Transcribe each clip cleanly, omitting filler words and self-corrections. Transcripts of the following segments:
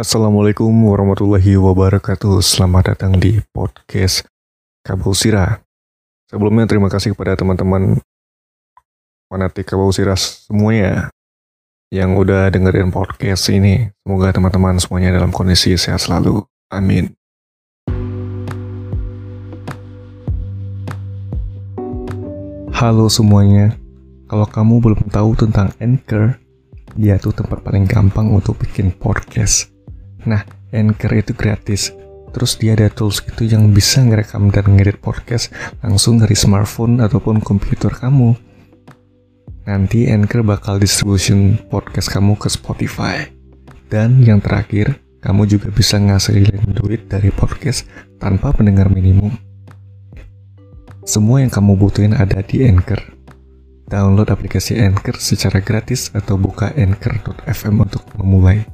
Assalamualaikum warahmatullahi wabarakatuh. Selamat datang di podcast Kabel Sirah. Sebelumnya terima kasih kepada teman-teman fanatik Kabel Sirah semuanya yang udah dengerin podcast ini. Semoga teman-teman semuanya dalam kondisi sehat selalu. Amin. Halo semuanya. Kalau kamu belum tahu tentang Anchor, dia tuh tempat paling gampang untuk bikin podcast. Nah, Anchor itu gratis. Terus dia ada tools gitu yang bisa ngerekam dan ngedit podcast langsung dari smartphone ataupun komputer kamu. Nanti Anchor bakal distribution podcast kamu ke Spotify. Dan yang terakhir, kamu juga bisa ngasilin duit dari podcast tanpa pendengar minimum. Semua yang kamu butuhin ada di Anchor. Download aplikasi Anchor secara gratis atau buka anchor.fm untuk memulai.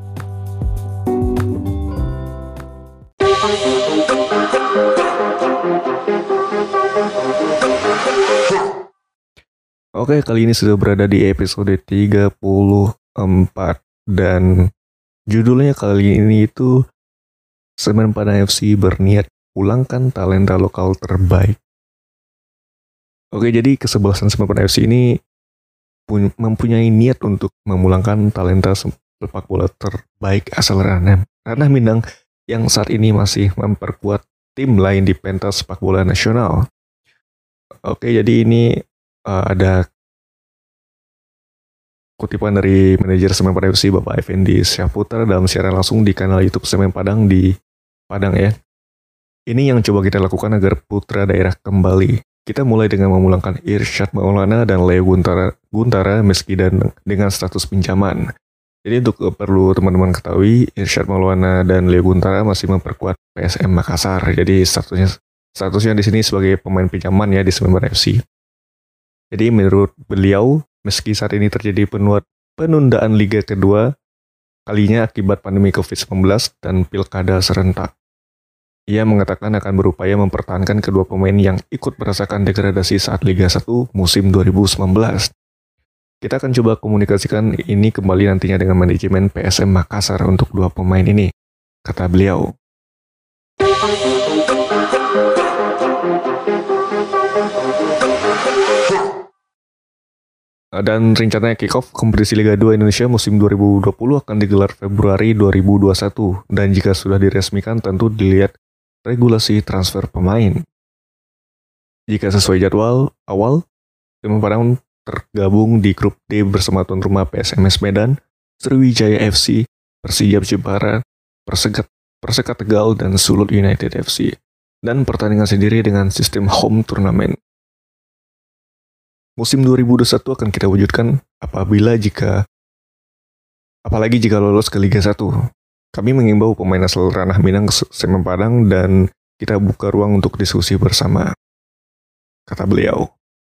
Oke, kali ini sudah berada di episode 34 dan judulnya kali ini itu Semen Padang FC berniat pulangkan talenta lokal terbaik. Oke, jadi kesebelasan Semen Padang FC ini mempunyai niat untuk memulangkan talenta sepak bola terbaik asal ranah Minang yang saat ini masih memperkuat tim lain di pentas sepak bola nasional. Oke, jadi ini ada kutipan dari manajer Semen Padang FC Bapak Effendi Syahputra dalam siaran langsung di kanal YouTube Semen Padang di Padang ya. Ini yang coba kita lakukan agar putra daerah kembali. Kita mulai dengan memulangkan Irsyad Maulana dan Leo Guntara meski dengan status pinjaman. Jadi untuk perlu teman-teman ketahui, Irsyad Maulana dan Leo Guntara masih memperkuat PSM Makassar. Jadi statusnya di sini sebagai pemain pinjaman ya di Semen Padang FC. Jadi menurut beliau, meski saat ini terjadi penundaan Liga kedua kalinya akibat pandemi COVID-19 dan pilkada serentak. Ia mengatakan akan berupaya mempertahankan kedua pemain yang ikut merasakan degradasi saat Liga 1 musim 2019. Kita akan coba komunikasikan ini kembali nantinya dengan manajemen PSM Makassar untuk dua pemain ini, kata beliau. Dan rencananya kick-off kompetisi Liga 2 Indonesia musim 2020 akan digelar Februari 2021. Dan jika sudah diresmikan tentu dilihat regulasi transfer pemain. Jika sesuai jadwal awal, Semen Padang tergabung di grup D bersama tuan rumah PSMS Medan, Sriwijaya FC, Persijap Jepara, Perseka Tegal, dan Sulut United FC. Dan pertandingan sendiri dengan sistem home turnamen. Musim 2021 akan kita wujudkan apalagi jika lolos ke Liga 1. Kami mengimbau pemain asal ranah Minang ke Semen Padang dan kita buka ruang untuk diskusi bersama, kata beliau.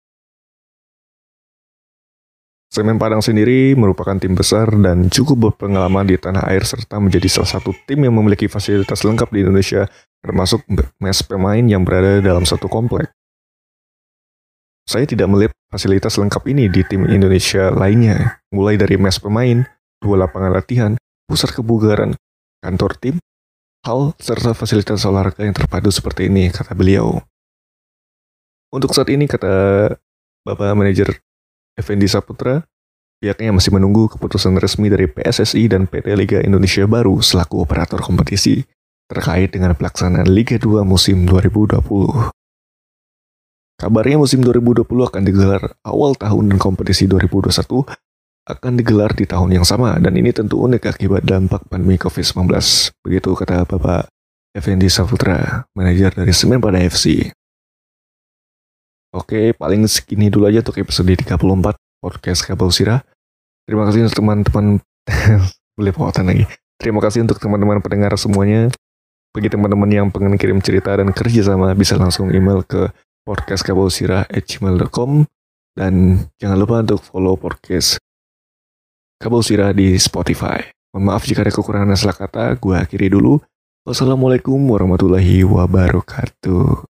Semen Padang sendiri merupakan tim besar dan cukup berpengalaman di tanah air serta menjadi salah satu tim yang memiliki fasilitas lengkap di Indonesia, termasuk mes pemain yang berada dalam satu komplek. Saya tidak melihat fasilitas lengkap ini di tim Indonesia lainnya, mulai dari mes pemain, 2 lapangan latihan, pusat kebugaran, kantor tim, hal serta fasilitas olahraga yang terpadu seperti ini, kata beliau. Untuk saat ini, kata Bapak Manajer Effendi Syahputra, pihaknya masih menunggu keputusan resmi dari PSSI dan PT Liga Indonesia Baru selaku operator kompetisi terkait dengan pelaksanaan Liga 2 musim 2020. Kabarnya musim 2020 akan digelar awal tahun dan kompetisi 2021 akan digelar di tahun yang sama, dan ini tentu unik akibat dampak pandemi COVID-19. Begitu kata Bapak Effendi Syahputra, manajer dari Semen Padang FC. Oke, paling segini dulu aja untuk episode 34 podcast Kabel Sirah. Terima kasih untuk teman-teman Terima kasih untuk teman-teman pendengar semuanya. Bagi teman-teman yang pengen kirim cerita dan kerjasama, bisa langsung email ke podcastkabelsirah@gmail.com, dan jangan lupa untuk follow podcast Kabel Sirah di Spotify. Mohon maaf jika ada kekurangan salah kata, gue akhiri dulu. Wassalamualaikum warahmatullahi wabarakatuh.